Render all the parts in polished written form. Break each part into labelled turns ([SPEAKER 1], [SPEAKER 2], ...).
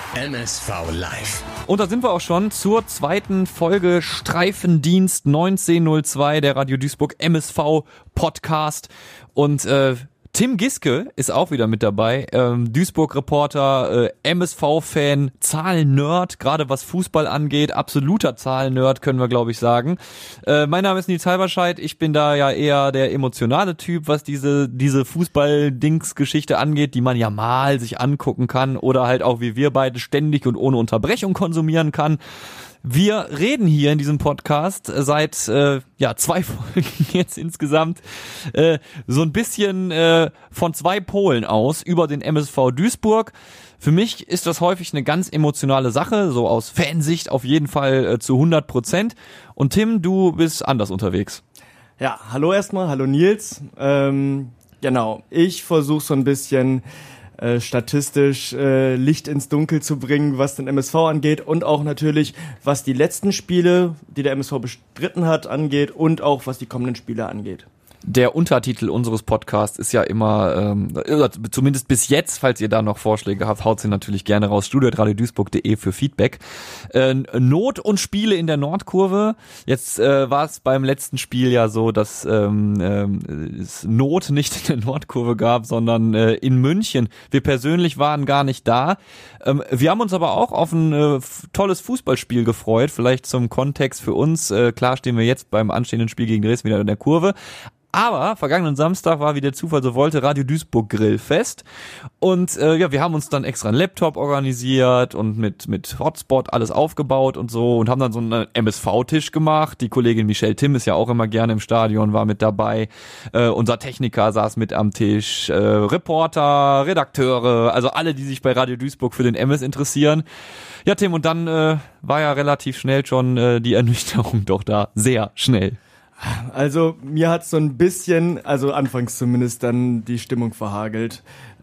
[SPEAKER 1] MSV Live.
[SPEAKER 2] Und da sind wir auch schon zur zweiten Folge Streifendienst 1902, der Radio Duisburg MSV Podcast. Und Tim Giske ist auch wieder mit dabei, Duisburg-Reporter, MSV-Fan, Zahlen-Nerd, gerade was Fußball angeht, absoluter Zahlen-Nerd, können wir glaube ich sagen. Mein Name ist Nils Halberscheid, ich bin da ja eher der emotionale Typ, was diese Fußball-Dings-Geschichte angeht, die man ja mal sich angucken kann oder halt auch wie wir beide ständig und ohne Unterbrechung konsumieren kann. Wir reden hier in diesem Podcast seit 2 Folgen jetzt insgesamt so ein bisschen von 2 Polen aus über den MSV Duisburg. Für mich ist das häufig eine ganz emotionale Sache, so aus Fansicht auf jeden Fall zu 100%. Und Tim, du bist anders unterwegs.
[SPEAKER 3] Ja, hallo erstmal, hallo Nils. Genau, ich versuche so ein bisschen statistisch Licht ins Dunkel zu bringen, was den MSV angeht und auch natürlich, was die letzten Spiele, die der MSV bestritten hat, angeht und auch, was die kommenden Spiele angeht.
[SPEAKER 2] Der Untertitel unseres Podcasts ist ja immer, zumindest bis jetzt, falls ihr da noch Vorschläge habt, haut sie natürlich gerne raus, studio@radioduisburg.de für Feedback. Not und Spiele in der Nordkurve. Jetzt war es beim letzten Spiel ja so, dass es Not nicht in der Nordkurve gab, sondern in München. Wir persönlich waren gar nicht da. Wir haben uns aber auch auf ein tolles Fußballspiel gefreut, vielleicht zum Kontext für uns. Klar stehen wir jetzt beim anstehenden Spiel gegen Dresden wieder in der Kurve. Aber vergangenen Samstag war, wie der Zufall so wollte, Radio Duisburg Grillfest. Und wir haben uns dann extra einen Laptop organisiert und mit Hotspot alles aufgebaut und so und haben dann so einen MSV-Tisch gemacht. Die Kollegin Michelle Timm ist ja auch immer gerne im Stadion, war mit dabei. Unser Techniker saß mit am Tisch. Reporter, Redakteure, also alle, die sich bei Radio Duisburg für den MS interessieren. Ja, Tim, und dann war ja relativ schnell schon die Ernüchterung doch da. Sehr schnell.
[SPEAKER 3] Also mir hat so ein bisschen, also anfangs zumindest, dann die Stimmung verhagelt.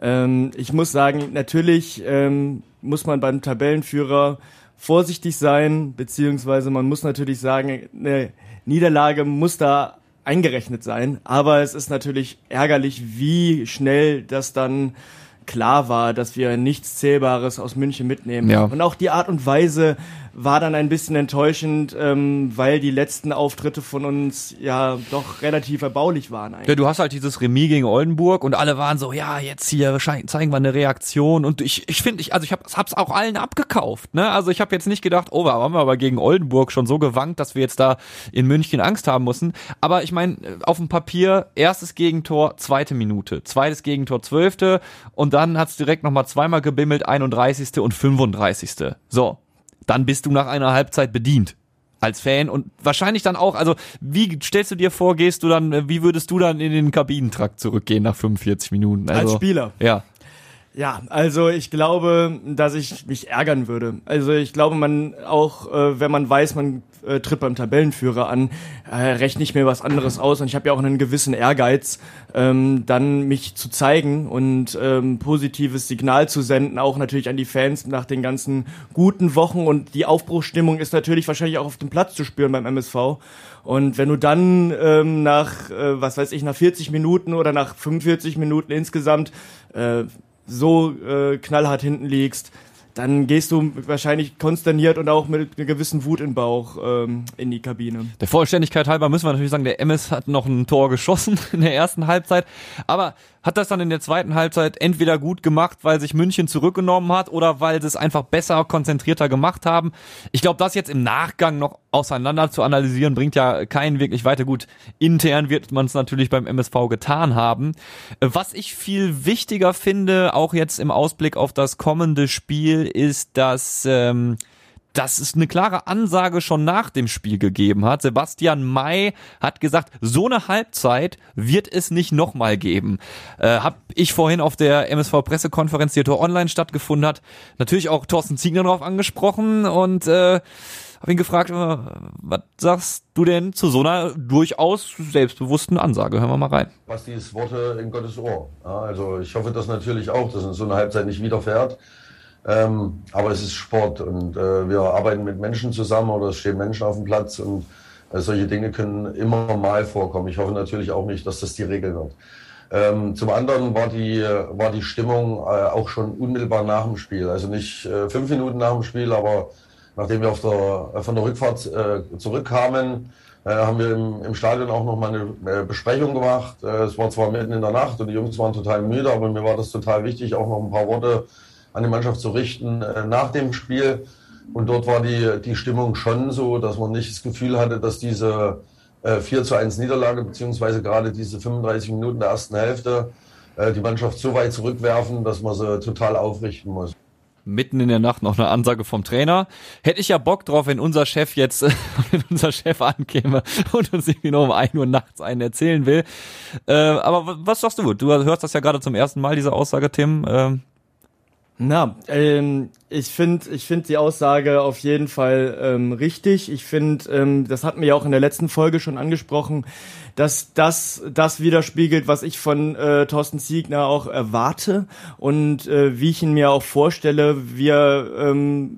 [SPEAKER 3] Ich muss sagen, natürlich muss man beim Tabellenführer vorsichtig sein, beziehungsweise man muss natürlich sagen, eine Niederlage muss da eingerechnet sein. Aber es ist natürlich ärgerlich, wie schnell das dann klar war, dass wir nichts Zählbares aus München mitnehmen.
[SPEAKER 2] Ja.
[SPEAKER 3] Und auch die Art und Weise war dann ein bisschen enttäuschend, weil die letzten Auftritte von uns ja doch relativ erbaulich waren eigentlich.
[SPEAKER 2] Ja, du hast halt dieses Remis gegen Oldenburg und alle waren so, ja, jetzt hier zeigen wir eine Reaktion und ich hab's auch allen abgekauft, ne? Also ich habe jetzt nicht gedacht, oh, haben wir aber gegen Oldenburg schon so gewankt, dass wir jetzt da in München Angst haben mussten. Aber ich meine, auf dem Papier, erstes Gegentor, 2. Minute, zweites Gegentor, 12. und dann hat's direkt nochmal zweimal gebimmelt, 31. und 35. So. Dann bist du nach einer Halbzeit bedient als Fan und wahrscheinlich dann auch, also wie stellst du dir vor, wie würdest du dann in den Kabinentrakt zurückgehen nach 45 Minuten? Also,
[SPEAKER 3] als Spieler?
[SPEAKER 2] Ja.
[SPEAKER 3] Ja, also ich glaube, dass ich mich ärgern würde. Also ich glaube, man auch, wenn man weiß, man tritt beim Tabellenführer an, rechne ich mir was anderes aus und ich habe ja auch einen gewissen Ehrgeiz, dann mich zu zeigen und positives Signal zu senden, auch natürlich an die Fans nach den ganzen guten Wochen und die Aufbruchsstimmung ist natürlich wahrscheinlich auch auf dem Platz zu spüren beim MSV. Und wenn du dann nach 40 Minuten oder nach 45 Minuten insgesamt so knallhart hinten liegst, dann gehst du wahrscheinlich konsterniert und auch mit einer gewissen Wut im Bauch in die Kabine.
[SPEAKER 2] Der Vollständigkeit halber müssen wir natürlich sagen, der MS hat noch ein Tor geschossen in der ersten Halbzeit, aber hat das dann in der zweiten Halbzeit entweder gut gemacht, weil sich München zurückgenommen hat oder weil sie es einfach besser, konzentrierter gemacht haben. Ich glaube, das jetzt im Nachgang noch auseinander zu analysieren, bringt ja keinen wirklich weiter. Gut, intern wird man es natürlich beim MSV getan haben. Was ich viel wichtiger finde, auch jetzt im Ausblick auf das kommende Spiel, ist, dass es eine klare Ansage schon nach dem Spiel gegeben hat. Sebastian May hat gesagt, so eine Halbzeit wird es nicht nochmal geben. Hab ich vorhin auf der MSV-Pressekonferenz, die online stattgefunden hat, natürlich auch Thorsten Ziegner drauf angesprochen und habe ihn gefragt, was sagst du denn zu so einer durchaus selbstbewussten Ansage? Hören wir mal rein.
[SPEAKER 4] Bastis Worte in Gottes Ohr. Ja, also ich hoffe das natürlich auch, dass uns so eine Halbzeit nicht widerfährt. Aber es ist Sport und wir arbeiten mit Menschen zusammen oder es stehen Menschen auf dem Platz und solche Dinge können immer mal vorkommen. Ich hoffe natürlich auch nicht, dass das die Regel wird. Zum anderen war die Stimmung auch schon unmittelbar nach dem Spiel. Also nicht 5 Minuten nach dem Spiel, aber nachdem wir von der Rückfahrt zurückkamen, haben wir im Stadion auch noch mal eine Besprechung gemacht. Es war zwar mitten in der Nacht und die Jungs waren total müde, aber mir war das total wichtig, auch noch ein paar Worte an die Mannschaft zu richten nach dem Spiel. Und dort war die Stimmung schon so, dass man nicht das Gefühl hatte, dass diese 4:1 Niederlage, beziehungsweise gerade diese 35 Minuten der ersten Hälfte, die Mannschaft so weit zurückwerfen, dass man sie total aufrichten muss.
[SPEAKER 2] Mitten in der Nacht noch eine Ansage vom Trainer. Hätte ich ja Bock drauf, wenn unser Chef ankäme und uns irgendwie noch um 1 Uhr nachts einen erzählen will. Aber was sagst du? Du hörst das ja gerade zum ersten Mal, diese Aussage, Tim.
[SPEAKER 3] Ich finde die Aussage auf jeden Fall richtig. Ich finde, das hatten wir ja auch in der letzten Folge schon angesprochen, dass das widerspiegelt, was ich von Thorsten Ziegner auch erwarte und wie ich ihn mir auch vorstelle, wie er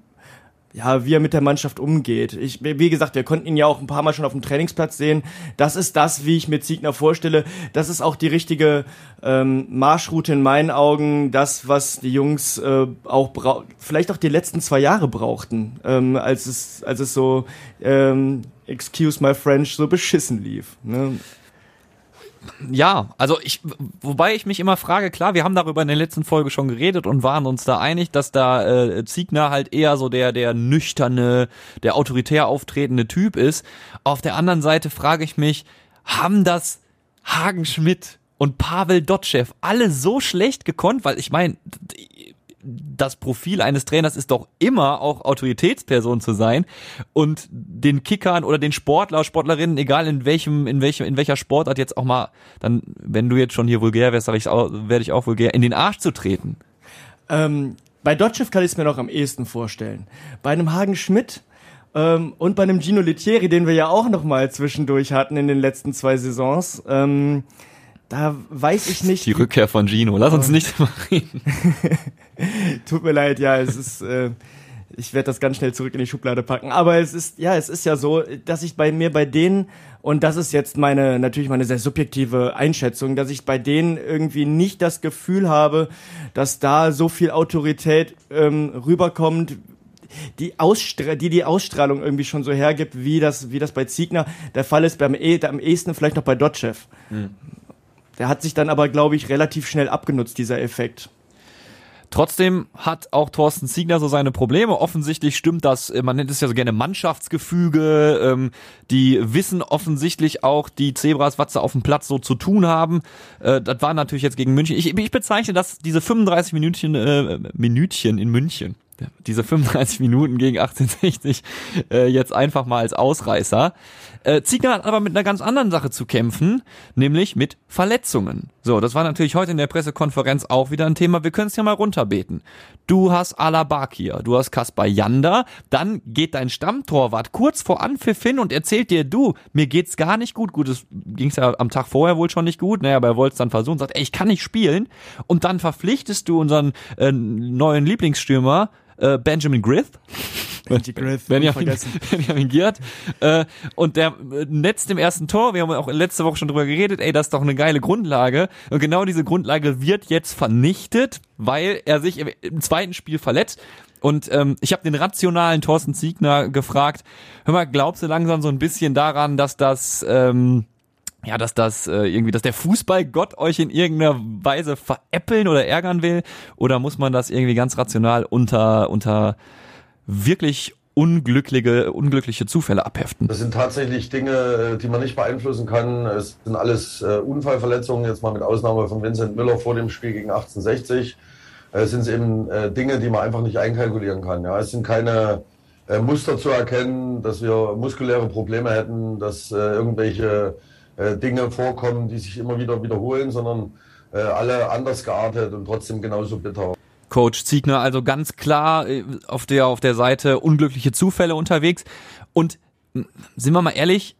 [SPEAKER 3] mit der Mannschaft umgeht. Wie gesagt, wir konnten ihn ja auch ein paar Mal schon auf dem Trainingsplatz sehen. Das ist das, wie ich mir Ziegner vorstelle. Das ist auch die richtige Marschroute in meinen Augen. Das, was die Jungs vielleicht auch die letzten 2 Jahre brauchten, als es so, excuse my French, so beschissen lief. Ne?
[SPEAKER 2] Ja, also wobei ich mich immer frage, klar, wir haben darüber in der letzten Folge schon geredet und waren uns da einig, dass da Ziegner halt eher so der nüchterne, der autoritär auftretende Typ ist. Auf der anderen Seite frage ich mich, haben das Hagen Schmidt und Pavel Dotschew alle so schlecht gekonnt? Weil ich meine, das Profil eines Trainers ist doch immer auch Autoritätsperson zu sein und den Kickern oder den Sportlerinnen, egal in welcher Sportart jetzt auch mal, dann, wenn du jetzt schon hier vulgär wärst, werde ich auch vulgär, in den Arsch zu treten.
[SPEAKER 3] Bei Dotschew kann ich es mir noch am ehesten vorstellen. Bei einem Hagen Schmidt und bei einem Gino Lettieri, den wir ja auch noch mal zwischendurch hatten in den letzten 2 Saisons, da weiß ich nicht.
[SPEAKER 2] Die Rückkehr von Gino, lass uns nicht drüber reden.
[SPEAKER 3] Tut mir leid, ja, es ist, ich werde das ganz schnell zurück in die Schublade packen, aber es ist ja so, dass ich bei denen, und das ist jetzt natürlich meine sehr subjektive Einschätzung, dass ich bei denen irgendwie nicht das Gefühl habe, dass da so viel Autorität rüberkommt, die Ausstrahlung irgendwie schon so hergibt, wie das bei Ziegner der Fall ist, am ehesten vielleicht noch bei Dotschew. Der hat sich dann aber, glaube ich, relativ schnell abgenutzt, dieser Effekt.
[SPEAKER 2] Trotzdem hat auch Thorsten Ziegner so seine Probleme. Offensichtlich stimmt das, man nennt es ja so gerne Mannschaftsgefüge. Die wissen offensichtlich auch, die Zebras, was sie auf dem Platz so zu tun haben. Das war natürlich jetzt gegen München. Ich bezeichne das, diese 35 Minütchen in München. Diese 35 Minuten gegen 1860 jetzt einfach mal als Ausreißer. Ziegner hat aber mit einer ganz anderen Sache zu kämpfen, nämlich mit Verletzungen. So, das war natürlich heute in der Pressekonferenz auch wieder ein Thema. Wir können es ja mal runterbeten. Du hast Alabakir, du hast Kaspar Janda, dann geht dein Stammtorwart kurz vor Anpfiff hin und erzählt dir, mir geht's gar nicht gut. Gut, es ging's ja am Tag vorher wohl schon nicht gut, aber er wollte es dann versuchen, sagt, ich kann nicht spielen. Und dann verpflichtest du unseren neuen Lieblingsstürmer, Benjamin Griff. Benjamin Giert. Und der netzt im ersten Tor, wir haben auch letzte Woche schon drüber geredet, das ist doch eine geile Grundlage. Und genau diese Grundlage wird jetzt vernichtet, weil er sich im zweiten Spiel verletzt. Und ich habe den rationalen Thorsten Ziegner gefragt, hör mal, glaubst du langsam so ein bisschen daran, dass dass der Fußballgott euch in irgendeiner Weise veräppeln oder ärgern will? Oder muss man das irgendwie ganz rational unter wirklich unglückliche Zufälle abheften?
[SPEAKER 4] Das sind tatsächlich Dinge, die man nicht beeinflussen kann. Es sind alles Unfallverletzungen, jetzt mal mit Ausnahme von Vincent Müller vor dem Spiel gegen 1860. Sind es eben Dinge, die man einfach nicht einkalkulieren kann. Ja, es sind keine Muster zu erkennen, dass wir muskuläre Probleme hätten, dass irgendwelche Dinge vorkommen, die sich immer wieder wiederholen, sondern alle anders geartet und trotzdem genauso bitter.
[SPEAKER 2] Coach Ziegner also ganz klar auf der Seite unglückliche Zufälle unterwegs. Und sind wir mal ehrlich,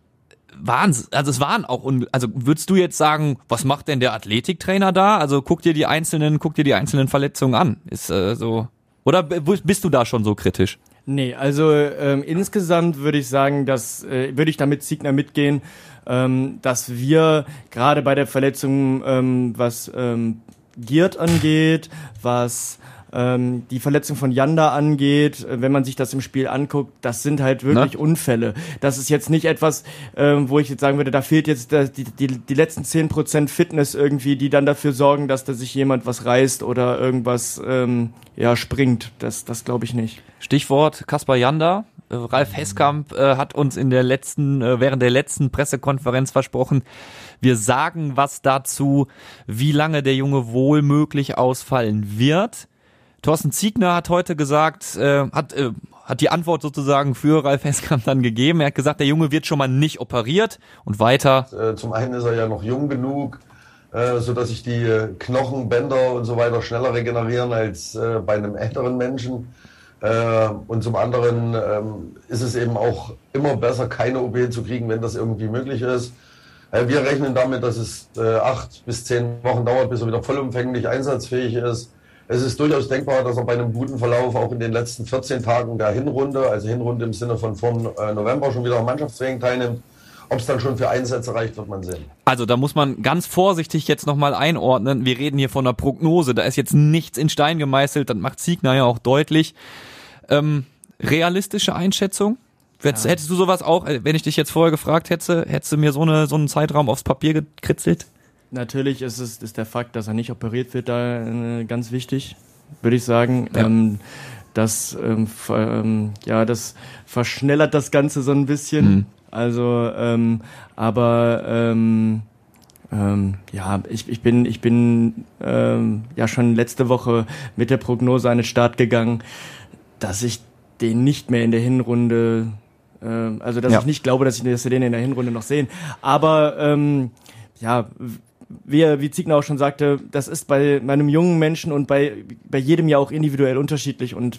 [SPEAKER 2] würdest du jetzt sagen, was macht denn der Athletiktrainer da? Also guck dir die einzelnen Verletzungen an. Ist so, oder bist du da schon so kritisch?
[SPEAKER 3] Nee, also insgesamt würde ich sagen, würde ich da mit Ziegner mitgehen. dass wir gerade bei der Verletzung, was Giert angeht, was die Verletzung von Janda angeht, wenn man sich das im Spiel anguckt, das sind halt wirklich Unfälle. Das ist jetzt nicht etwas, wo ich jetzt sagen würde, da fehlt jetzt die letzten 10% Fitness irgendwie, die dann dafür sorgen, dass da sich jemand was reißt oder irgendwas springt. Das glaube ich nicht.
[SPEAKER 2] Stichwort Kaspar Janda. Ralf Heskamp hat uns während der letzten Pressekonferenz versprochen, wir sagen was dazu, wie lange der Junge wohl möglich ausfallen wird. Thorsten Ziegner hat heute gesagt, hat die Antwort sozusagen für Ralf Heskamp dann gegeben. Er hat gesagt, der Junge wird schon mal nicht operiert und weiter.
[SPEAKER 4] Zum einen ist er ja noch jung genug, sodass sich die Knochen, Bänder und so weiter schneller regenerieren als bei einem älteren Menschen. Und zum anderen ist es eben auch immer besser, keine OP zu kriegen, wenn das irgendwie möglich ist. Wir rechnen damit, dass es 8 bis 10 Wochen dauert, bis er wieder vollumfänglich einsatzfähig ist. Es ist durchaus denkbar, dass er bei einem guten Verlauf auch in den letzten 14 Tagen der Hinrunde, also Hinrunde im Sinne von vor November, schon wieder am Mannschaftstraining teilnimmt. Ob es dann schon für Einsätze reicht, wird man sehen.
[SPEAKER 2] Also da muss man ganz vorsichtig jetzt nochmal einordnen. Wir reden hier von einer Prognose. Da ist jetzt nichts in Stein gemeißelt. Das macht Ziegner ja auch deutlich. Realistische Einschätzung? Hättest du sowas auch, wenn ich dich jetzt vorher gefragt hättest du mir so einen Zeitraum aufs Papier gekritzelt? Natürlich
[SPEAKER 3] ist der Fakt, dass er nicht operiert wird, da ganz wichtig, würde ich sagen.
[SPEAKER 2] Ja.
[SPEAKER 3] Das verschnellert das Ganze so ein bisschen.
[SPEAKER 2] Mhm.
[SPEAKER 3] Also, ich bin schon letzte Woche mit der Prognose an den Start gegangen, dass ich den nicht mehr in der Hinrunde, ich nicht glaube, dass wir den in der Hinrunde noch sehen. Aber wie Ziegner auch schon sagte, das ist bei meinem jungen Menschen und bei jedem ja auch individuell unterschiedlich. Und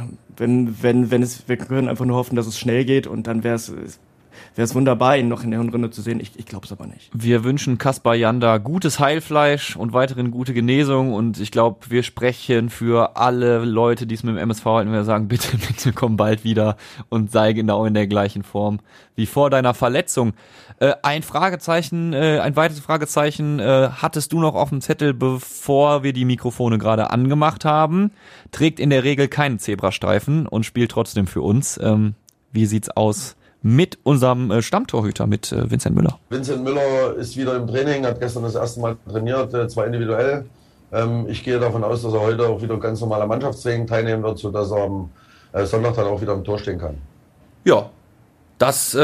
[SPEAKER 3] wir können einfach nur hoffen, dass es schnell geht und dann wäre es wunderbar, ihn noch in der Hinrunde zu sehen. Ich glaube es aber nicht.
[SPEAKER 2] Wir wünschen Kaspar Janda gutes Heilfleisch und weiterhin gute Genesung und ich glaube, wir sprechen für alle Leute, die es mit dem MSV halten, wenn wir sagen, bitte komm bald wieder und sei genau in der gleichen Form wie vor deiner Verletzung. Ein weiteres Fragezeichen hattest du noch auf dem Zettel, bevor wir die Mikrofone gerade angemacht haben. Trägt in der Regel keinen Zebrastreifen und spielt trotzdem für uns. Wie sieht's aus mit unserem Stammtorhüter, mit Vincent Müller?
[SPEAKER 4] Vincent Müller ist wieder im Training, hat gestern das erste Mal trainiert, zwar individuell. Ich gehe davon aus, dass er heute auch wieder ganz normal am Mannschaftstraining teilnehmen wird, sodass er am Sonntag dann auch wieder im Tor stehen kann.
[SPEAKER 2] Ja, das,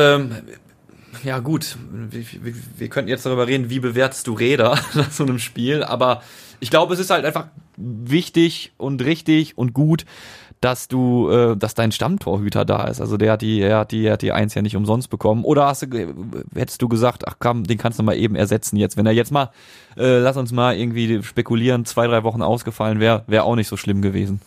[SPEAKER 2] gut, wir könnten jetzt darüber reden, wie bewertest du Räder nach so einem Spiel, aber ich glaube, es ist halt einfach wichtig und richtig und gut, dass dein Stammtorhüter da ist. Also der hat die 1 ja nicht umsonst bekommen. Oder hättest du gesagt, ach komm, den kannst du mal eben ersetzen jetzt. Wenn er jetzt mal, lass uns mal irgendwie spekulieren, 2-3 Wochen ausgefallen wäre auch nicht so schlimm gewesen.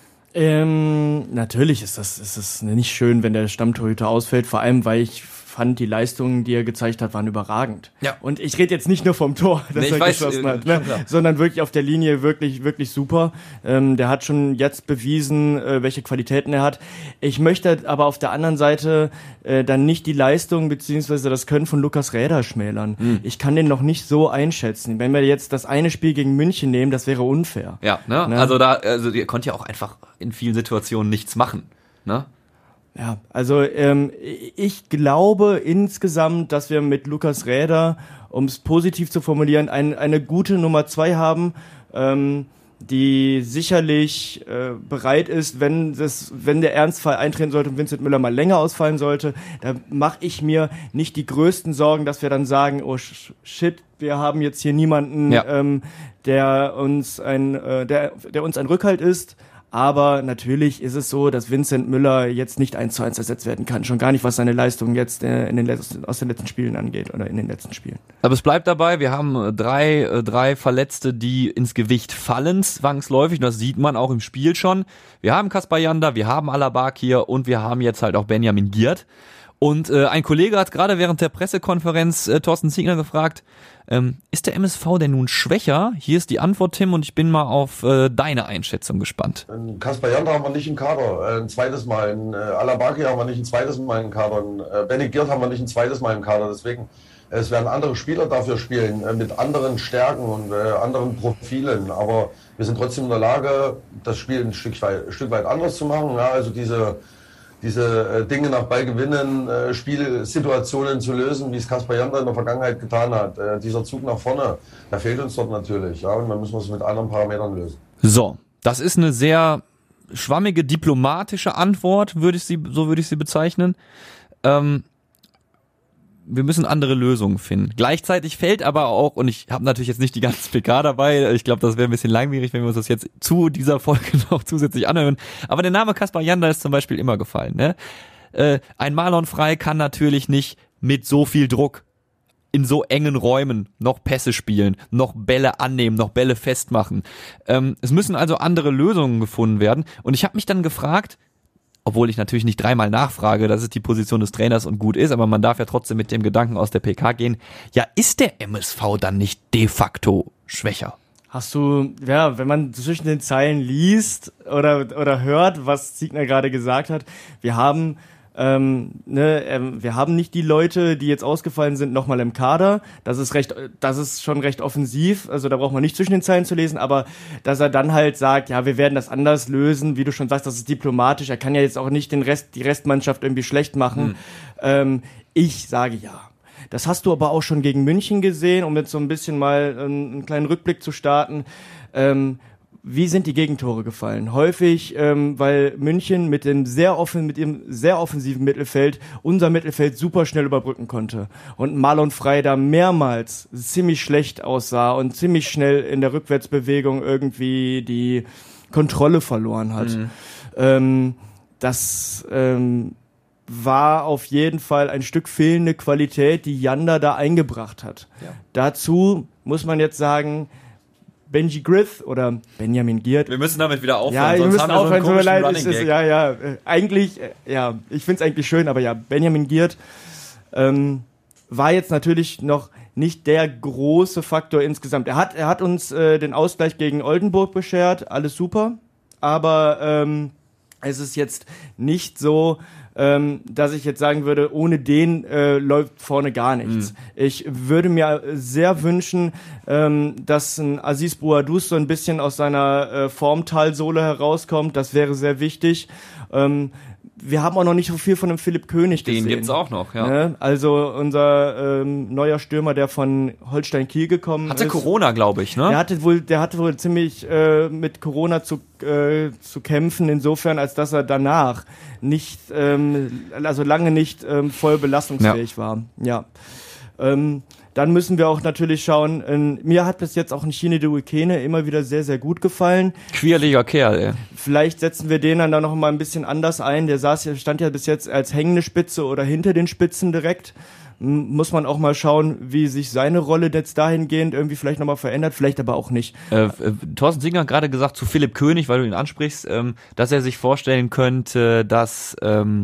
[SPEAKER 3] Natürlich ist es nicht schön, wenn der Stammtorhüter ausfällt, vor allem, weil ich fand, die Leistungen, die er gezeigt hat, waren überragend.
[SPEAKER 2] Ja.
[SPEAKER 3] Und ich rede jetzt nicht nur vom Tor, das er geschossen hat, sondern wirklich auf der Linie wirklich, wirklich super. Der hat schon jetzt bewiesen, welche Qualitäten er hat. Ich möchte aber auf der anderen Seite dann nicht die Leistung bzw. das Können von Lukas Räder schmälern. Ich kann den noch nicht so einschätzen. Wenn wir jetzt das eine Spiel gegen München nehmen, das wäre unfair.
[SPEAKER 2] Ja, ne? Also ihr konnt ja auch einfach in vielen Situationen nichts machen, ne?
[SPEAKER 3] Ja, also ich glaube insgesamt, dass wir mit Lukas Räder, um es positiv zu formulieren, eine gute Nummer 2 haben, die sicherlich bereit ist, wenn der Ernstfall eintreten sollte und Vincent Müller mal länger ausfallen sollte, da mache ich mir nicht die größten Sorgen, dass wir dann sagen, oh shit, wir haben jetzt hier niemanden, der uns ein Rückhalt ist. Aber natürlich ist es so, dass Vincent Müller jetzt nicht 1:1 ersetzt werden kann. Schon gar nicht, was seine Leistung jetzt aus den letzten Spielen angeht oder in den letzten Spielen.
[SPEAKER 2] Aber es bleibt dabei, wir haben drei Verletzte, die ins Gewicht fallen, zwangsläufig. Das sieht man auch im Spiel schon. Wir haben Kaspar Janda, wir haben Alabakir und wir haben jetzt halt auch Benjamin Giert. Und ein Kollege hat gerade während der Pressekonferenz Thorsten Ziegner gefragt, ist der MSV denn nun schwächer? Hier ist die Antwort, Tim, und ich bin mal auf deine Einschätzung gespannt.
[SPEAKER 4] Kaspar Janda haben wir nicht im Kader, ein zweites Mal. Alabakir haben wir nicht ein zweites Mal im Kader. Benny Giert haben wir nicht ein zweites Mal im Kader. Deswegen Es werden andere Spieler dafür spielen, mit anderen Stärken und anderen Profilen. Aber wir sind trotzdem in der Lage, das Spiel ein Stück weit anders zu machen. Ja, also diese Dinge nach Ballgewinnen, Spielsituationen zu lösen, wie es Kaspar Janda in der Vergangenheit getan hat. Dieser Zug nach vorne, der fehlt uns dort natürlich. Ja, und dann müssen wir es mit anderen Parametern lösen.
[SPEAKER 2] So, das ist eine sehr schwammige diplomatische Antwort, würde ich sie bezeichnen. Wir müssen andere Lösungen finden. Gleichzeitig fällt aber auch, und ich habe natürlich jetzt nicht die ganze PK dabei, ich glaube, das wäre ein bisschen langwierig, wenn wir uns das jetzt zu dieser Folge noch zusätzlich anhören, aber der Name Kaspar Janda ist zum Beispiel immer gefallen. Ne? Ein Marlon Frey kann natürlich nicht mit so viel Druck in so engen Räumen noch Pässe spielen, noch Bälle annehmen, noch Bälle festmachen. Es müssen also andere Lösungen gefunden werden, und ich habe mich dann gefragt, obwohl ich natürlich nicht dreimal nachfrage, dass es die Position des Trainers und gut ist, aber man darf ja trotzdem mit dem Gedanken aus der PK gehen, ja, ist der MSV dann nicht de facto schwächer?
[SPEAKER 3] Hast du, ja, wenn man zwischen den Zeilen liest oder hört, was Ziegner gerade gesagt hat, wir haben nicht die Leute, die jetzt ausgefallen sind, nochmal im Kader. Das ist schon recht offensiv. Also da braucht man nicht zwischen den Zeilen zu lesen, aber dass er dann halt sagt, ja, wir werden das anders lösen, wie du schon sagst, das ist diplomatisch. Er kann ja jetzt auch nicht die Restmannschaft irgendwie schlecht machen. Ich sage ja. Das hast du aber auch schon gegen München gesehen, um jetzt so ein bisschen mal einen kleinen Rückblick zu starten. Wie sind die Gegentore gefallen? Häufig, weil München mit ihrem sehr offensiven Mittelfeld unser Mittelfeld super schnell überbrücken konnte. Und Marlon Frey da mehrmals ziemlich schlecht aussah und ziemlich schnell in der Rückwärtsbewegung irgendwie die Kontrolle verloren hat. Das war auf jeden Fall ein Stück fehlende Qualität, die Janda da eingebracht hat. Ja. Dazu muss man jetzt sagen, Benji Grith oder Benjamin Giert.
[SPEAKER 2] Wir müssen damit wieder aufhören,
[SPEAKER 3] ja,
[SPEAKER 2] sonst haben wir so einen komischen Running
[SPEAKER 3] Gag. Ich finde es eigentlich schön, aber ja, Benjamin Giert war jetzt natürlich noch nicht der große Faktor insgesamt. Er hat uns den Ausgleich gegen Oldenburg beschert, alles super, aber es ist jetzt nicht so, dass ich jetzt sagen würde, ohne den läuft vorne gar nichts. Ich würde mir sehr wünschen, dass ein Aziz Bouadouz so ein bisschen aus seiner Formtalsohle herauskommt. Das wäre sehr wichtig. Wir haben auch noch nicht so viel von dem Philipp König gesehen.
[SPEAKER 2] Den gibt's auch noch, ja.
[SPEAKER 3] Ne? Also unser neuer Stürmer, der von Holstein Kiel gekommen ist.
[SPEAKER 2] Hatte Corona, glaube ich, ne?
[SPEAKER 3] Der hatte wohl ziemlich mit Corona zu kämpfen, insofern, als dass er danach nicht, lange nicht voll belastungsfähig war. Ja. Dann müssen wir auch natürlich schauen, mir hat bis jetzt auch ein Shinede Ikene immer wieder sehr, sehr gut gefallen.
[SPEAKER 2] Quirliger Kerl, ey.
[SPEAKER 3] Vielleicht setzen wir den dann da noch mal ein bisschen anders ein. Der stand ja bis jetzt als hängende Spitze oder hinter den Spitzen direkt. Muss man auch mal schauen, wie sich seine Rolle jetzt dahingehend irgendwie vielleicht nochmal verändert, vielleicht aber auch nicht.
[SPEAKER 2] Thorsten Ziegner hat gerade gesagt zu Philipp König, weil du ihn ansprichst, dass er sich vorstellen könnte, dass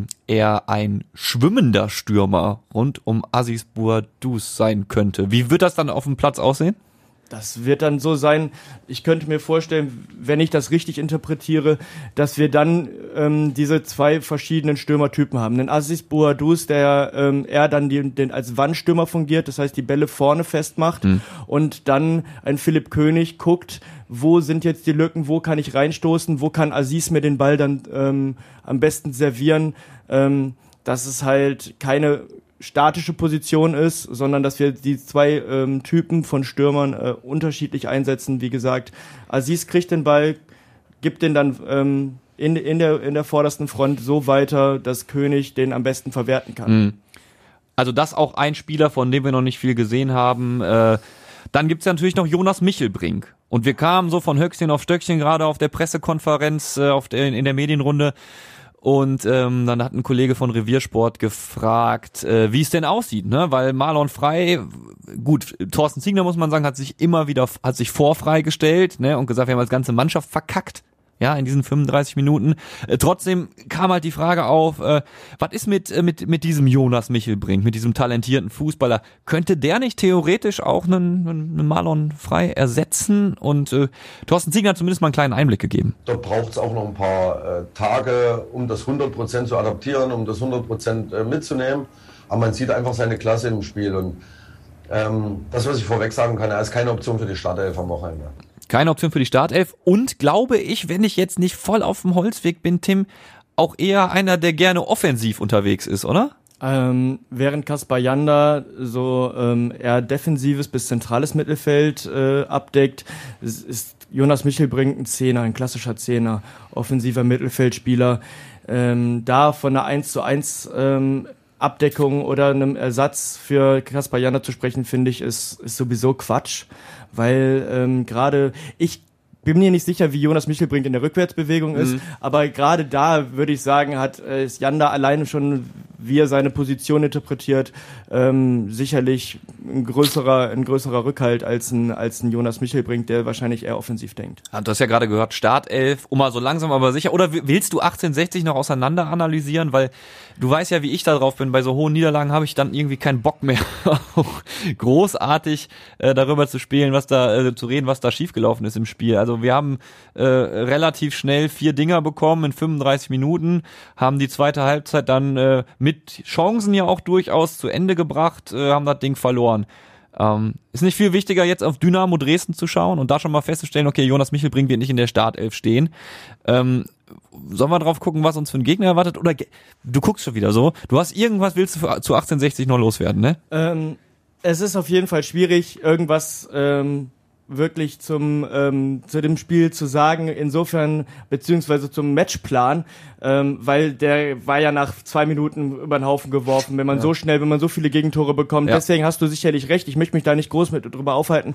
[SPEAKER 2] er ein schwimmender Stürmer rund um Aziz Bouadouz sein könnte. Wie wird das dann auf dem Platz aussehen?
[SPEAKER 3] Das wird dann so sein, ich könnte mir vorstellen, wenn ich das richtig interpretiere, dass wir dann diese zwei verschiedenen Stürmertypen haben. Den Aziz Bouadouz, der eher dann den als Wandstürmer fungiert, das heißt die Bälle vorne festmacht, und dann ein Philipp König guckt, wo sind jetzt die Lücken, wo kann ich reinstoßen, wo kann Aziz mir den Ball dann am besten servieren, dass es halt keine statische Position ist, sondern dass wir die zwei Typen von Stürmern unterschiedlich einsetzen. Wie gesagt, Aziz kriegt den Ball, gibt den dann in der vordersten Front so weiter, dass König den am besten verwerten kann.
[SPEAKER 2] Also das auch ein Spieler, von dem wir noch nicht viel gesehen haben. Dann gibt's ja natürlich noch Jonas Michelbrink. Und wir kamen so von Höchstchen auf Stöckchen gerade auf der Pressekonferenz in der Medienrunde. Und dann hat ein Kollege von Reviersport gefragt, wie es denn aussieht, ne? Weil Marlon Frey, gut, Thorsten Ziegner, muss man sagen, hat sich vor Frey gestellt, ne? Und gesagt, wir haben als ganze Mannschaft verkackt, ja, in diesen 35 Minuten. Trotzdem kam halt die Frage auf, was ist mit diesem Jonas Michelbrink, mit diesem talentierten Fußballer? Könnte der nicht theoretisch auch einen Marlon Frey ersetzen? Und Thorsten Ziegner hat zumindest mal einen kleinen Einblick gegeben.
[SPEAKER 4] Da braucht es auch noch ein paar Tage, um das 100% zu adaptieren, um das 100% mitzunehmen. Aber man sieht einfach seine Klasse im Spiel. Und Das, was ich vorweg sagen kann, er ist keine Option für die Startelf am Wochenende.
[SPEAKER 2] Keine Option für die Startelf und glaube ich, wenn ich jetzt nicht voll auf dem Holzweg bin, Tim, auch eher einer, der gerne offensiv unterwegs ist, oder?
[SPEAKER 3] Während Kaspar Janda so eher defensives bis zentrales Mittelfeld abdeckt, ist Jonas Michelbrink ein Zehner, ein klassischer Zehner, offensiver Mittelfeldspieler. Da von einer 1:1 Abdeckung oder einem Ersatz für Kaspar Janda zu sprechen, finde ich, ist sowieso Quatsch, weil gerade ich bin mir nicht sicher, wie Jonas Michelbrink in der Rückwärtsbewegung ist, aber gerade da würde ich sagen, ist Janda alleine schon, wie er seine Position interpretiert, sicherlich ein größerer Rückhalt als ein Jonas Michelbrink, der wahrscheinlich eher offensiv denkt.
[SPEAKER 2] Ja, du hast ja gerade gehört, Startelf, mal so langsam aber sicher. Oder willst du 1860 noch auseinander analysieren? Weil du weißt ja, wie ich da drauf bin. Bei so hohen Niederlagen habe ich dann irgendwie keinen Bock mehr, auch großartig darüber zu spielen, zu reden, was da schiefgelaufen ist im Spiel. Also wir haben relativ schnell 4 Dinger bekommen in 35 Minuten, haben die zweite Halbzeit dann mit Chancen ja auch durchaus zu Ende gebracht, haben das Ding verloren. Ist nicht viel wichtiger, jetzt auf Dynamo Dresden zu schauen und da schon mal festzustellen, okay, Jonas Michelbrink wird nicht in der Startelf stehen. Sollen wir drauf gucken, was uns für ein Gegner erwartet? Oder du guckst schon wieder so. Du hast irgendwas, willst du zu 1860 noch loswerden, ne?
[SPEAKER 3] Es ist auf jeden Fall schwierig, irgendwas wirklich zu dem Spiel zu sagen, insofern, beziehungsweise zum Matchplan, weil der war ja nach 2 Minuten über den Haufen geworfen, wenn man wenn man so viele Gegentore bekommt. Ja. Deswegen hast du sicherlich recht, ich möchte mich da nicht groß mit drüber aufhalten,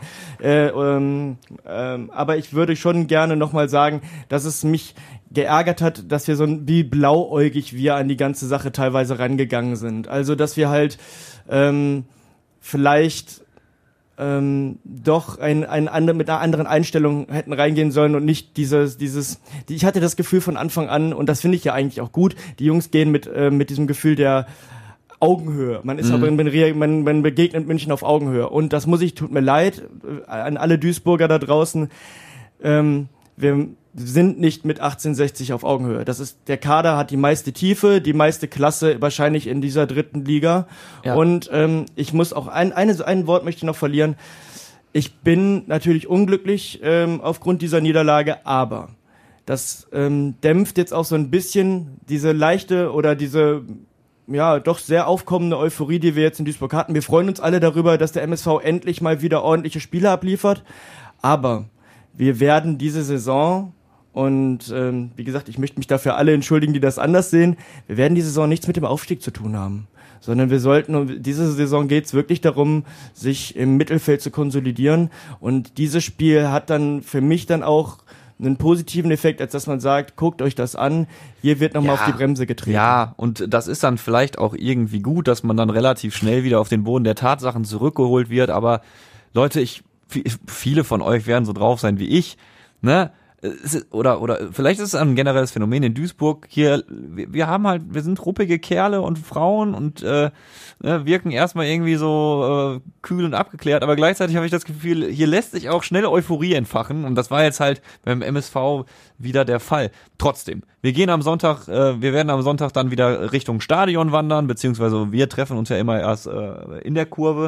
[SPEAKER 3] aber ich würde schon gerne nochmal sagen, dass es mich geärgert hat, dass wir wie blauäugig wir an die ganze Sache teilweise rangegangen sind. Also, dass wir halt vielleicht doch mit einer anderen Einstellung hätten reingehen sollen und nicht ich hatte das Gefühl von Anfang an, und das finde ich ja eigentlich auch gut, die Jungs gehen mit diesem Gefühl der Augenhöhe. Man ist aber man begegnet München auf Augenhöhe. Und das tut mir leid, an alle Duisburger da draußen, wir sind nicht mit 1860 auf Augenhöhe. Der Kader hat die meiste Tiefe, die meiste Klasse wahrscheinlich in dieser 3. Liga. Ja. Und ich muss auch ein Wort möchte ich noch verlieren. Ich bin natürlich unglücklich aufgrund dieser Niederlage, aber das dämpft jetzt auch so ein bisschen diese leichte oder diese doch sehr aufkommende Euphorie, die wir jetzt in Duisburg hatten. Wir freuen uns alle darüber, dass der MSV endlich mal wieder ordentliche Spiele abliefert. Aber wir werden diese Saison, und wie gesagt, ich möchte mich dafür alle entschuldigen, die das anders sehen, wir werden diese Saison nichts mit dem Aufstieg zu tun haben. Sondern diese Saison geht es wirklich darum, sich im Mittelfeld zu konsolidieren. Und dieses Spiel hat dann für mich dann auch einen positiven Effekt, als dass man sagt, guckt euch das an, hier wird nochmal auf die Bremse getreten. Ja,
[SPEAKER 2] und das ist dann vielleicht auch irgendwie gut, dass man dann relativ schnell wieder auf den Boden der Tatsachen zurückgeholt wird. Aber Leute, viele von euch werden so drauf sein wie ich, ne? Oder vielleicht ist es ein generelles Phänomen in Duisburg. Hier, wir sind ruppige Kerle und Frauen und wirken erstmal irgendwie so kühl und abgeklärt, aber gleichzeitig habe ich das Gefühl, hier lässt sich auch schnell Euphorie entfachen und das war jetzt halt beim MSV wieder der Fall. Trotzdem, wir werden am Sonntag dann wieder Richtung Stadion wandern, beziehungsweise wir treffen uns ja immer erst in der Kurve.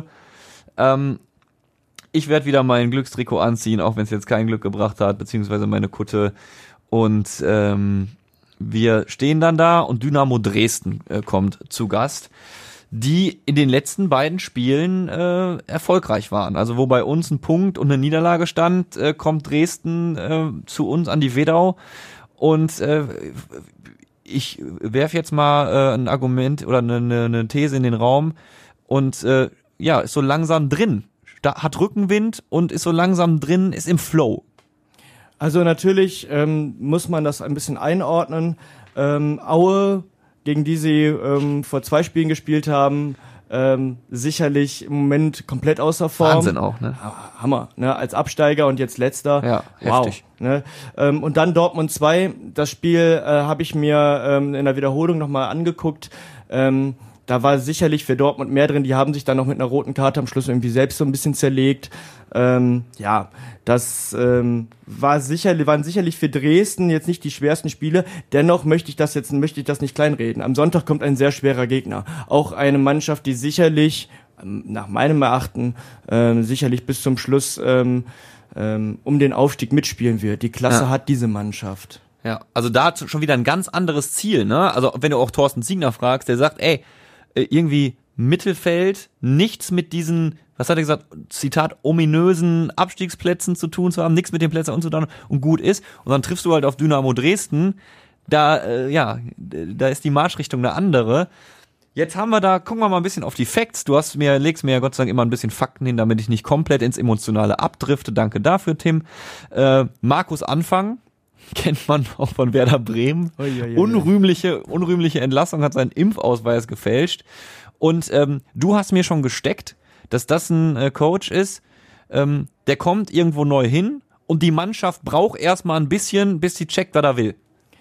[SPEAKER 2] Ich werde wieder mein Glückstrikot anziehen, auch wenn es jetzt kein Glück gebracht hat, beziehungsweise meine Kutte. Und wir stehen dann da und Dynamo Dresden kommt zu Gast, die in den letzten beiden Spielen erfolgreich waren. Also wo bei uns ein Punkt und eine Niederlage stand, kommt Dresden zu uns an die Wedau. Und ich werfe jetzt mal ein Argument oder eine These in den Raum und ist so langsam drin. Hat Rückenwind und ist so langsam drin, ist im Flow.
[SPEAKER 3] Also natürlich muss man das ein bisschen einordnen. Aue, gegen die sie vor 2 Spielen gespielt haben, sicherlich im Moment komplett außer Form.
[SPEAKER 2] Wahnsinn auch, ne?
[SPEAKER 3] Hammer, ne? Als Absteiger und jetzt Letzter.
[SPEAKER 2] Ja, heftig.
[SPEAKER 3] Wow, ne? Und dann Dortmund 2. Das Spiel habe ich mir in der Wiederholung nochmal angeguckt. Da war sicherlich für Dortmund mehr drin. Die haben sich dann noch mit einer roten Karte am Schluss irgendwie selbst so ein bisschen zerlegt. Das waren sicherlich für Dresden jetzt nicht die schwersten Spiele. Dennoch möchte ich das nicht kleinreden. Am Sonntag kommt ein sehr schwerer Gegner. Auch eine Mannschaft, die sicherlich nach meinem Erachten sicherlich bis zum Schluss um den Aufstieg mitspielen wird. Die Klasse hat diese Mannschaft.
[SPEAKER 2] Ja, also da schon wieder ein ganz anderes Ziel, ne? Also wenn du auch Thorsten Ziegner fragst, der sagt, irgendwie Mittelfeld, nichts mit diesen, was hat er gesagt, Zitat, ominösen Abstiegsplätzen zu tun zu haben, nichts mit den Plätzen und gut ist. Und dann triffst du halt auf Dynamo Dresden, da ist die Marschrichtung eine andere. Jetzt haben wir da, gucken wir mal ein bisschen auf die Facts. Legst mir ja Gott sei Dank immer ein bisschen Fakten hin, damit ich nicht komplett ins Emotionale abdrifte. Danke dafür, Tim. Markus Anfang kennt man auch von Werder Bremen. Unrühmliche Entlassung, hat seinen Impfausweis gefälscht. Und du hast mir schon gesteckt, dass das ein Coach ist, der kommt irgendwo neu hin und die Mannschaft braucht erstmal ein bisschen, bis sie checkt, was er will.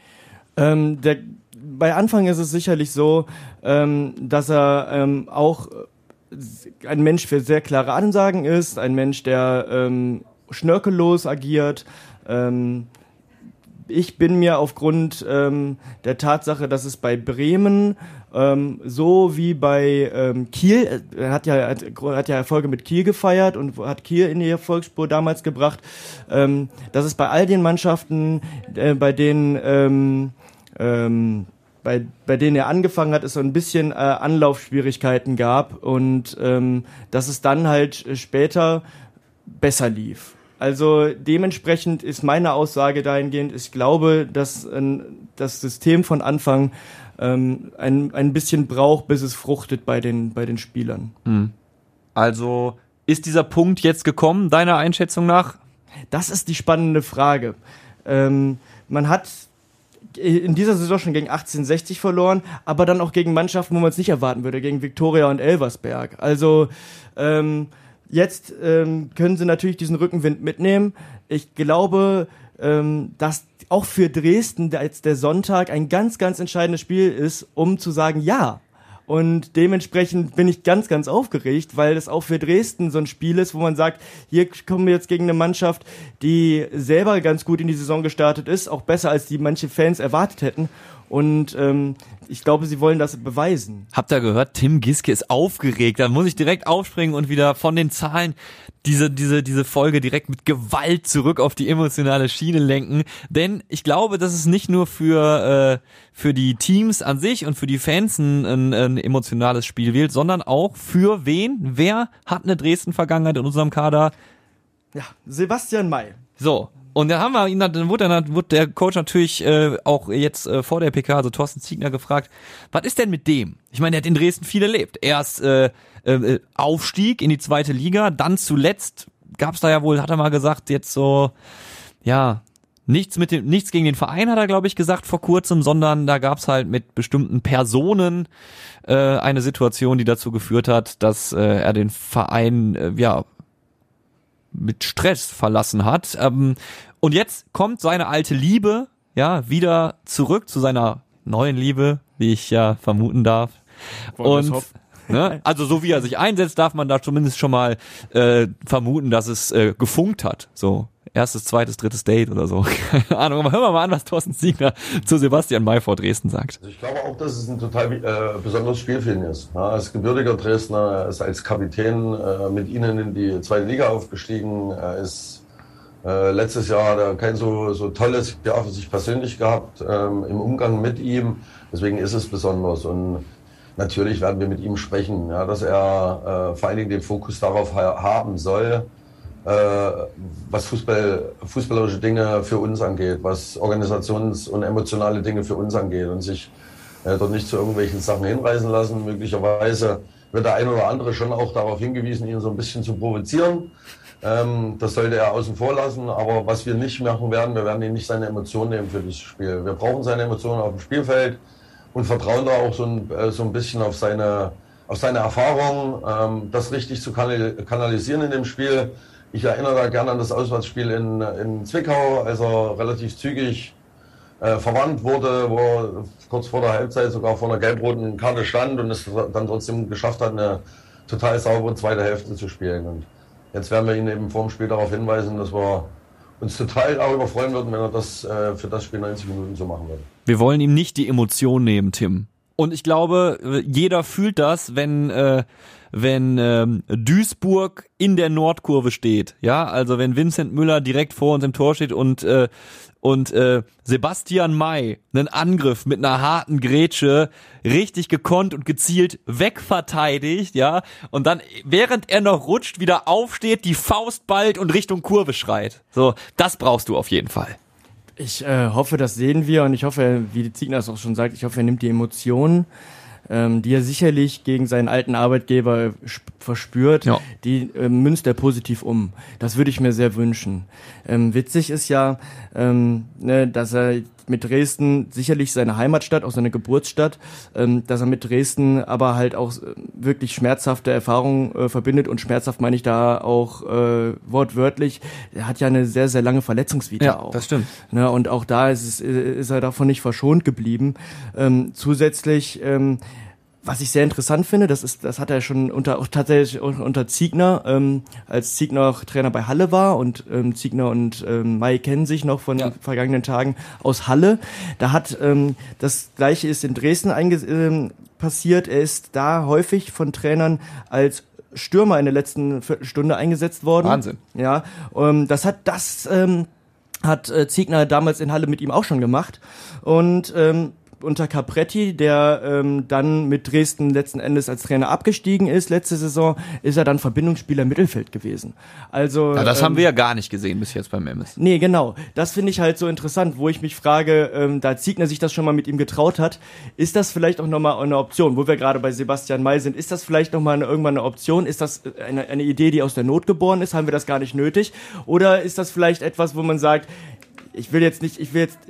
[SPEAKER 3] Bei Anfang ist es sicherlich so, dass er auch ein Mensch für sehr klare Ansagen ist, ein Mensch, der schnörkellos agiert. Ich bin mir aufgrund der Tatsache, dass es bei Bremen so wie bei Kiel, er hat ja Erfolge mit Kiel gefeiert und hat Kiel in die Erfolgsspur damals gebracht, dass es bei all den Mannschaften, bei denen er angefangen hat, es so ein bisschen Anlaufschwierigkeiten gab und dass es dann halt später besser lief. Also dementsprechend ist meine Aussage dahingehend, ich glaube, dass das System von Anfang ein bisschen braucht, bis es fruchtet bei den Spielern.
[SPEAKER 2] Also ist dieser Punkt jetzt gekommen, deiner Einschätzung nach?
[SPEAKER 3] Das ist die spannende Frage. Man hat in dieser Saison schon gegen 1860 verloren, aber dann auch gegen Mannschaften, wo man es nicht erwarten würde, gegen Viktoria und Elversberg. Also jetzt können sie natürlich diesen Rückenwind mitnehmen. Ich glaube, dass auch für Dresden jetzt der Sonntag ein ganz, ganz entscheidendes Spiel ist, um zu sagen, ja. Und dementsprechend bin ich ganz, ganz aufgeregt, weil das auch für Dresden so ein Spiel ist, wo man sagt, hier kommen wir jetzt gegen eine Mannschaft, die selber ganz gut in die Saison gestartet ist, auch besser als die manche Fans erwartet hätten. Und ich glaube, sie wollen das beweisen.
[SPEAKER 2] Habt ihr gehört? Tim Giske ist aufgeregt. Da muss ich direkt aufspringen und wieder von den Zahlen diese Folge direkt mit Gewalt zurück auf die emotionale Schiene lenken. Denn ich glaube, dass es nicht nur für die Teams an sich und für die Fans ein emotionales Spiel wird, sondern auch für wen? Wer hat eine Dresden-Vergangenheit in unserem Kader?
[SPEAKER 3] Ja, Sebastian May.
[SPEAKER 2] So. Und dann wurde der Coach natürlich auch jetzt vor der PK, also Thorsten Ziegner, gefragt, was ist denn mit dem? Ich meine, der hat in Dresden viel erlebt. Erst Aufstieg in die zweite Liga, dann zuletzt gab's da ja wohl, hat er mal gesagt, jetzt so, ja, nichts gegen den Verein, hat er, glaube ich, gesagt vor kurzem, sondern da gab's halt mit bestimmten Personen eine Situation, die dazu geführt hat, dass er den Verein, mit Stress verlassen hat. Und jetzt kommt seine alte Liebe, wieder zurück zu seiner neuen Liebe, wie ich ja vermuten darf. Und also so wie er sich einsetzt, darf man da zumindest schon mal vermuten, dass es gefunkt hat. So erstes, zweites, drittes Date oder so. Keine Ahnung, aber hören wir mal an, was Thorsten Ziegner zu Sebastian May vor Dresden sagt.
[SPEAKER 4] Also ich glaube auch, dass es ein total besonderes Spiel für ihn ist. Ja, als gebürtiger Dresdner, er ist als Kapitän mit ihnen in die zweite Liga aufgestiegen. Er ist letztes Jahr hat er kein so tolles Jahr für sich persönlich gehabt im Umgang mit ihm. Deswegen ist es besonders. Und natürlich werden wir mit ihm sprechen, dass er vor allen Dingen den Fokus darauf haben soll, was fußballerische Dinge für uns angeht, was Organisations- und emotionale Dinge für uns angeht und sich dort nicht zu irgendwelchen Sachen hinreißen lassen. Möglicherweise wird der ein oder andere schon auch darauf hingewiesen, ihn so ein bisschen zu provozieren. Das sollte er außen vor lassen. Aber was wir nicht machen werden, wir werden ihm nicht seine Emotionen nehmen für dieses Spiel. Wir brauchen seine Emotionen auf dem Spielfeld und vertrauen da auch so ein bisschen auf seine Erfahrung, das richtig zu kanalisieren in dem Spiel. Ich erinnere da gerne an das Auswärtsspiel in Zwickau, als er relativ zügig verwandt wurde, wo er kurz vor der Halbzeit sogar vor einer gelb-roten Karte stand und es dann trotzdem geschafft hat, eine total saubere zweite Hälfte zu spielen. Und jetzt werden wir ihn eben vor dem Spiel darauf hinweisen, dass wir uns total darüber freuen würden, wenn er das für das Spiel 90 Minuten so machen würde.
[SPEAKER 2] Wir wollen ihm nicht die Emotion nehmen, Tim. Und ich glaube, jeder fühlt das, wenn Duisburg in der Nordkurve steht. Ja, also wenn Vincent Müller direkt vor uns im Tor steht und Sebastian May einen Angriff mit einer harten Grätsche richtig gekonnt und gezielt wegverteidigt, ja, und dann, während er noch rutscht, wieder aufsteht, die Faust ballt und Richtung Kurve schreit. So, das brauchst du auf jeden Fall.
[SPEAKER 3] Ich hoffe, das sehen wir und ich hoffe, wie Ziegner es auch schon sagt, ich hoffe, er nimmt die Emotionen, die er sicherlich gegen seinen alten Arbeitgeber verspürt,
[SPEAKER 2] ja.
[SPEAKER 3] Die münzt er positiv um. Das würde ich mir sehr wünschen. Witzig ist ja, dass er mit Dresden sicherlich seine Heimatstadt, auch seine Geburtsstadt, dass er mit Dresden aber halt auch wirklich schmerzhafte Erfahrungen verbindet und schmerzhaft meine ich da auch wortwörtlich. Er hat ja eine sehr, sehr lange Verletzungsvita auch.
[SPEAKER 2] Ja, das stimmt.
[SPEAKER 3] Ne, und auch da ist er davon nicht verschont geblieben. Zusätzlich was ich sehr interessant finde, das hat er schon tatsächlich unter Ziegner, als Ziegner auch Trainer bei Halle war und Ziegner und May kennen sich noch von den vergangenen Tagen aus Halle. Da hat das Gleiche ist in Dresden passiert. Er ist da häufig von Trainern als Stürmer in der letzten Viertelstunde eingesetzt worden.
[SPEAKER 2] Wahnsinn.
[SPEAKER 3] Ja, das hat Ziegner damals in Halle mit ihm auch schon gemacht und unter Capretti, der dann mit Dresden letzten Endes als Trainer abgestiegen ist, letzte Saison, ist er dann Verbindungsspieler im Mittelfeld gewesen. Also
[SPEAKER 2] ja, das haben wir ja gar nicht gesehen bis jetzt beim MS.
[SPEAKER 3] Nee, genau. Das finde ich halt so interessant, wo ich mich frage, da Ziegner sich das schon mal mit ihm getraut hat, ist das vielleicht auch nochmal eine Option, wo wir gerade bei Sebastian May sind, ist das vielleicht nochmal irgendwann eine Option? Ist das eine Idee, die aus der Not geboren ist? Haben wir das gar nicht nötig? Oder ist das vielleicht etwas, wo man sagt, ich will jetzt nicht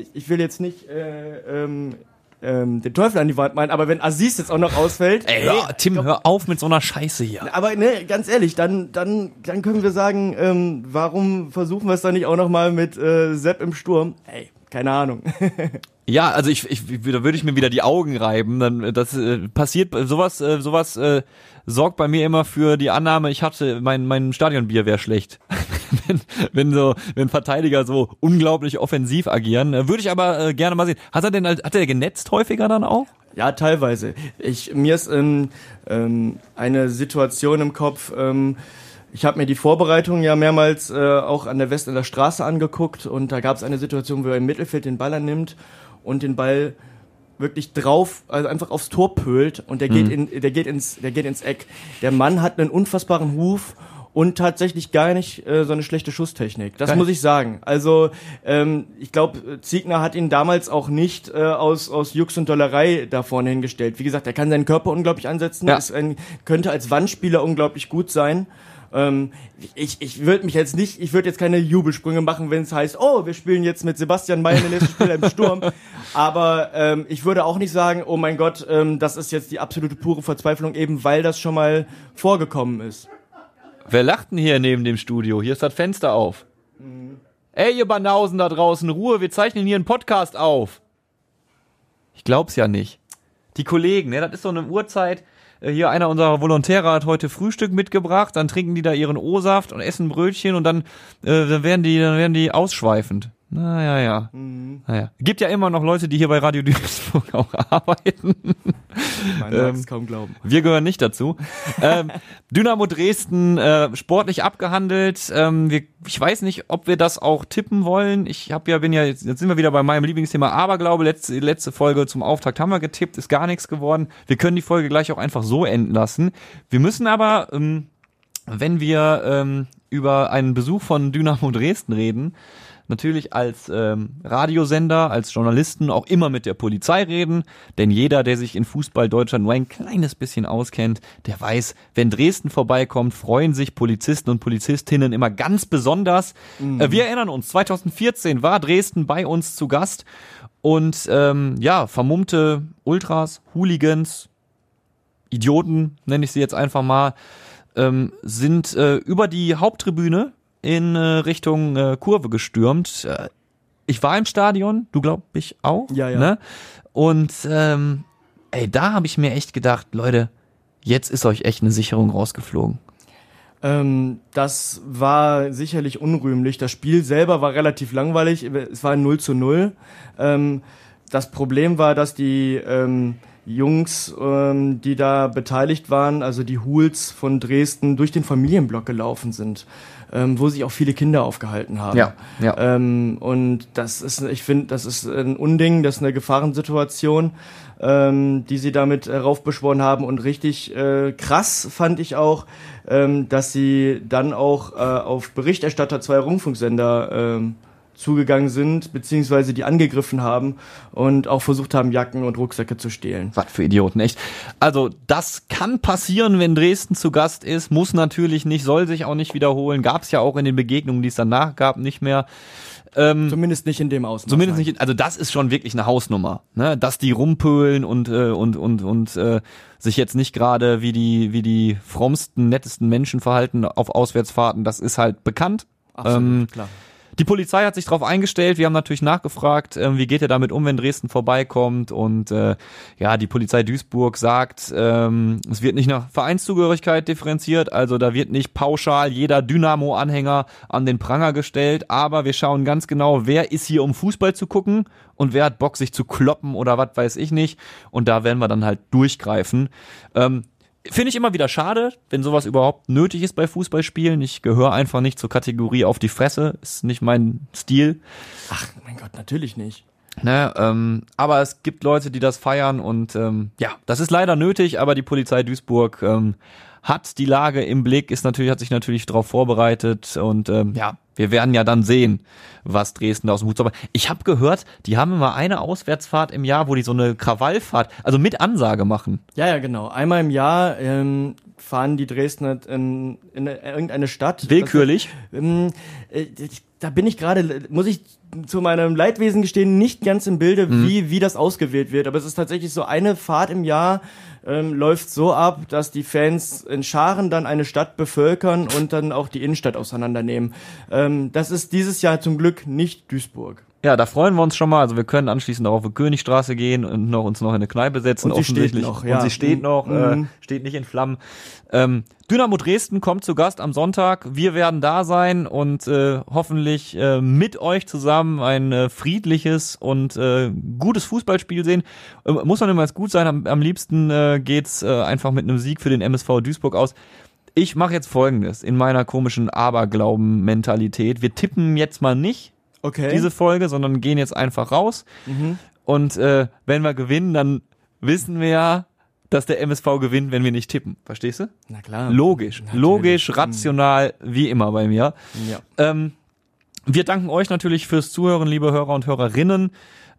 [SPEAKER 3] den Teufel an die Wand meinen, aber wenn Aziz jetzt auch noch ausfällt...
[SPEAKER 2] Ey, Tim, hör auf mit so einer Scheiße hier.
[SPEAKER 3] Aber ne, ganz ehrlich, dann können wir sagen, warum versuchen wir es dann nicht auch noch mal mit Sepp im Sturm? Ey, keine Ahnung.
[SPEAKER 2] Ja, also da würde ich mir wieder die Augen reiben. Dann das passiert sowas sorgt bei mir immer für die Annahme, ich hatte mein Stadionbier wäre schlecht. wenn Verteidiger so unglaublich offensiv agieren, würde ich aber gerne mal sehen. Hat er genetzt häufiger dann auch?
[SPEAKER 3] Ja, teilweise. Mir ist eine Situation im Kopf. Ich habe mir die Vorbereitung ja mehrmals auch an der Westener Straße angeguckt und da gab es eine Situation, wo er im Mittelfeld den Ball annimmt und den Ball wirklich drauf, also einfach aufs Tor pölt und der geht ins Eck. Der Mann hat einen unfassbaren Huf und tatsächlich gar nicht so eine schlechte Schusstechnik. Das muss ich sagen. Also ich glaube, Ziegner hat ihn damals auch nicht aus Jux und Dollerei da vorne hingestellt. Wie gesagt, er kann seinen Körper unglaublich ansetzen, könnte als Wandspieler unglaublich gut sein. Ich würde jetzt keine Jubelsprünge machen, wenn es heißt, oh, wir spielen jetzt mit Sebastian May, der nächste Spieler im Sturm. Aber ich würde auch nicht sagen, oh mein Gott, das ist jetzt die absolute pure Verzweiflung, eben weil das schon mal vorgekommen ist.
[SPEAKER 2] Wer lacht denn hier neben dem Studio? Hier ist das Fenster auf. Ey, ihr Banausen da draußen, Ruhe, wir zeichnen hier einen Podcast auf. Ich glaub's ja nicht. Die Kollegen, ne, das ist so eine Uhrzeit. Hier einer unserer Volontäre hat heute Frühstück mitgebracht, dann trinken die da ihren O-Saft und essen Brötchen und dann werden die ausschweifend. Naja. Gibt ja immer noch Leute, die hier bei Radio Duisburg auch arbeiten.
[SPEAKER 3] Man mag es kaum glauben.
[SPEAKER 2] Wir gehören nicht dazu. Dynamo Dresden sportlich abgehandelt. Ich weiß nicht, ob wir das auch tippen wollen. Jetzt sind wir wieder bei meinem Lieblingsthema Aberglaube. Letzte Folge zum Auftakt haben wir getippt, ist gar nichts geworden. Wir können die Folge gleich auch einfach so enden lassen. Wir müssen aber, wenn wir über einen Besuch von Dynamo Dresden reden, natürlich als Radiosender, als Journalisten auch immer mit der Polizei reden, denn jeder, der sich in Fußball Deutschland nur ein kleines bisschen auskennt, der weiß, wenn Dresden vorbeikommt, freuen sich Polizisten und Polizistinnen immer ganz besonders. Wir erinnern uns, 2014 war Dresden bei uns zu Gast und vermummte Ultras, Hooligans, Idioten, nenne ich sie jetzt einfach mal, sind über die Haupttribüne in Richtung Kurve gestürmt. Ich war im Stadion, du glaub ich auch.
[SPEAKER 3] Ja.
[SPEAKER 2] Ne? Und da habe ich mir echt gedacht, Leute, jetzt ist euch echt eine Sicherung rausgeflogen.
[SPEAKER 3] Das war sicherlich unrühmlich. Das Spiel selber war relativ langweilig. Es war ein 0:0. Das Problem war, dass die Jungs, die da beteiligt waren, also die Huls von Dresden, durch den Familienblock gelaufen sind, wo sich auch viele Kinder aufgehalten haben.
[SPEAKER 2] Ja.
[SPEAKER 3] Und das ist, ich finde, das ist ein Unding, das ist eine Gefahrensituation, die sie damit raufbeschworen haben. Und richtig krass fand ich auch, dass sie dann auch auf Berichterstatter zweier Rundfunksender zugegangen sind, beziehungsweise die angegriffen haben und auch versucht haben, Jacken und Rucksäcke zu stehlen.
[SPEAKER 2] Was für Idioten, echt. Also das kann passieren, wenn Dresden zu Gast ist, muss natürlich nicht, soll sich auch nicht wiederholen, gab es ja auch in den Begegnungen, die es danach gab, nicht mehr.
[SPEAKER 3] Zumindest nicht in dem Ausmaß.
[SPEAKER 2] Zumindest nicht, also das ist schon wirklich eine Hausnummer, ne? Dass die rumpölen und sich jetzt nicht gerade wie die frommsten, nettesten Menschen verhalten auf Auswärtsfahrten, das ist halt bekannt.
[SPEAKER 3] Absolut, klar.
[SPEAKER 2] Die Polizei hat sich darauf eingestellt, wir haben natürlich nachgefragt, wie geht ihr damit um, wenn Dresden vorbeikommt, und die Polizei Duisburg sagt, es wird nicht nach Vereinszugehörigkeit differenziert, also da wird nicht pauschal jeder Dynamo-Anhänger an den Pranger gestellt, aber wir schauen ganz genau, wer ist hier, um Fußball zu gucken und wer hat Bock, sich zu kloppen oder was weiß ich nicht, und da werden wir dann halt durchgreifen. Finde ich immer wieder schade, wenn sowas überhaupt nötig ist bei Fußballspielen. Ich gehöre einfach nicht zur Kategorie auf die Fresse, ist nicht mein Stil.
[SPEAKER 3] Ach, mein Gott, natürlich nicht.
[SPEAKER 2] Ne, aber es gibt Leute, die das feiern, und das ist leider nötig, aber die Polizei Duisburg hat die Lage im Blick, hat sich natürlich darauf vorbereitet, und wir werden ja dann sehen, was Dresden da aus dem Hut zaubert. Ich habe gehört, die haben immer eine Auswärtsfahrt im Jahr, wo die so eine Krawallfahrt, also mit Ansage machen.
[SPEAKER 3] Ja, genau. Einmal im Jahr fahren die Dresdner in irgendeine Stadt.
[SPEAKER 2] Willkürlich?
[SPEAKER 3] Da bin ich gerade, muss ich zu meinem Leidwesen gestehen, nicht ganz im Bilde, wie das ausgewählt wird. Aber es ist tatsächlich so, eine Fahrt im Jahr läuft so ab, dass die Fans in Scharen dann eine Stadt bevölkern und dann auch die Innenstadt auseinandernehmen. Das ist dieses Jahr zum Glück nicht Duisburg.
[SPEAKER 2] Ja, da freuen wir uns schon mal. Also wir können anschließend auch auf die Königstraße gehen und uns noch in eine Kneipe setzen.
[SPEAKER 3] Und sie steht noch, ja.
[SPEAKER 2] Und sie steht noch, steht nicht in Flammen. Dynamo Dresden kommt zu Gast am Sonntag. Wir werden da sein und hoffentlich mit euch zusammen ein friedliches und gutes Fußballspiel sehen. Muss noch nicht mal gut sein. Am liebsten geht's einfach mit einem Sieg für den MSV Duisburg aus. Ich mache jetzt Folgendes in meiner komischen Aberglauben-Mentalität. Wir tippen jetzt mal nicht diese Folge, sondern gehen jetzt einfach raus. Und wenn wir gewinnen, dann wissen wir ja, dass der MSV gewinnt, wenn wir nicht tippen. Verstehst du?
[SPEAKER 3] Na klar.
[SPEAKER 2] Logisch, rational, wie immer bei mir.
[SPEAKER 3] Ja.
[SPEAKER 2] Wir danken euch natürlich fürs Zuhören, liebe Hörer und Hörerinnen.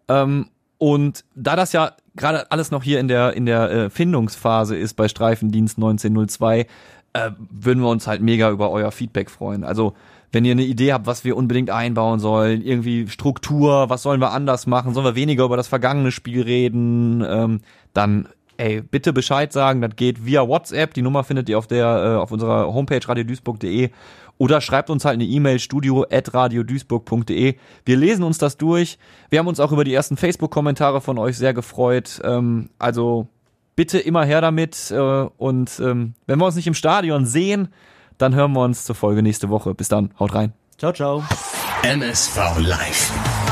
[SPEAKER 2] Und da das ja gerade alles noch hier in der Findungsphase ist bei Streifendienst 1902, würden wir uns halt mega über euer Feedback freuen. Also wenn ihr eine Idee habt, was wir unbedingt einbauen sollen, irgendwie Struktur, was sollen wir anders machen, sollen wir weniger über das vergangene Spiel reden, dann bitte Bescheid sagen, das geht via WhatsApp, die Nummer findet ihr auf unserer Homepage radioduisburg.de, oder schreibt uns halt eine E-Mail, studio@radioduisburg.de. Wir lesen uns das durch. Wir haben uns auch über die ersten Facebook-Kommentare von euch sehr gefreut, also bitte immer her damit, und wenn wir uns nicht im Stadion sehen, dann hören wir uns zur Folge nächste Woche. Bis dann, haut rein.
[SPEAKER 3] Ciao, ciao.
[SPEAKER 1] MSV Live.